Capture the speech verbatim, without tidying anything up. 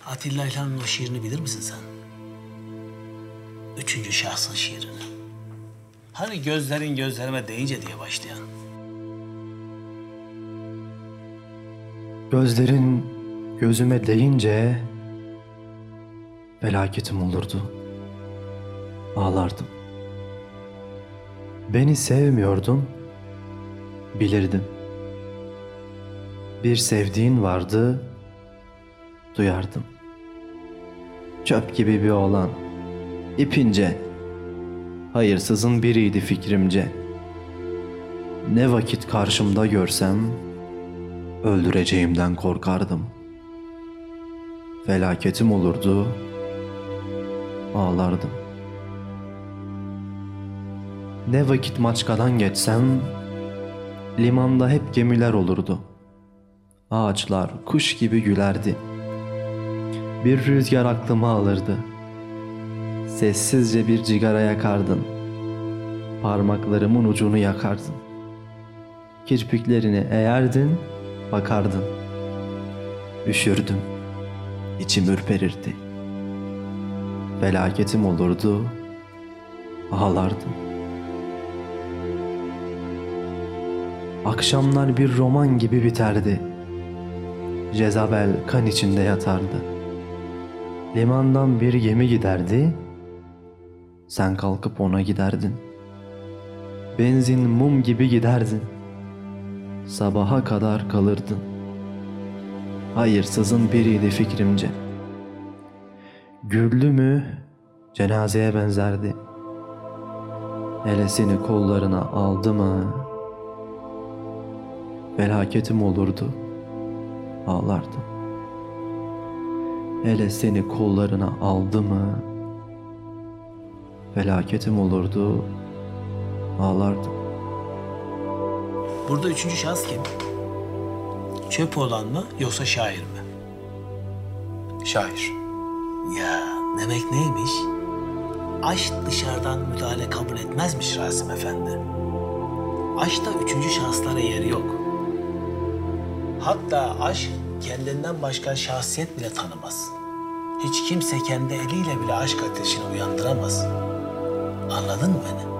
Atilla İlhan'ın o şiirini bilir misin sen? Üçüncü şahsın şiirini. Hani gözlerin gözlerime değince diye başlayan. Gözlerin gözüme değince felaketim olurdu. Ağlardım. Beni sevmiyordun, bilirdim. Bir sevdiğin vardı, duyardım. Çöp gibi bir oğlan, ipince, hayırsızın biriydi fikrimce. Ne vakit karşımda görsem, öldüreceğimden korkardım. Felaketim olurdu, ağlardım. Ne vakit Maçka'dan geçsem, limanda hep gemiler olurdu. Ağaçlar kuş gibi gülerdi. Bir rüzgar aklıma alırdı. Sessizce bir cigara yakardın. Parmaklarımın ucunu yakardın. Kirpiklerini eğerdin, bakardın. Üşürdüm. İçim ürperirdi. Felaketim olurdu, ağlardım. Akşamlar bir roman gibi biterdi. Jezabel kan içinde yatardı. Limandan bir gemi giderdi. Sen kalkıp ona giderdin. Benzin mum gibi giderdin. Sabaha kadar kalırdın. Hayırsızın biriydi fikrimce. Güllü mü cenazeye benzerdi. Hele seni kollarına aldı mı felaketim olurdu, ağlardım. Hele seni kollarına aldı mı felaketim olurdu, ağlardım. Burada üçüncü şahıs kim? Çöp olan mı yoksa şair mi? Şair. Ya demek neymiş? Aşk dışarıdan müdahale kabul etmezmiş Rasim Efendi. Aşkta üçüncü şahıslara yeri yok. Hatta aşk kendinden başka şahsiyet bile tanımaz. Hiç kimse kendi eliyle bile aşk ateşini uyandıramaz. Anladın mı beni?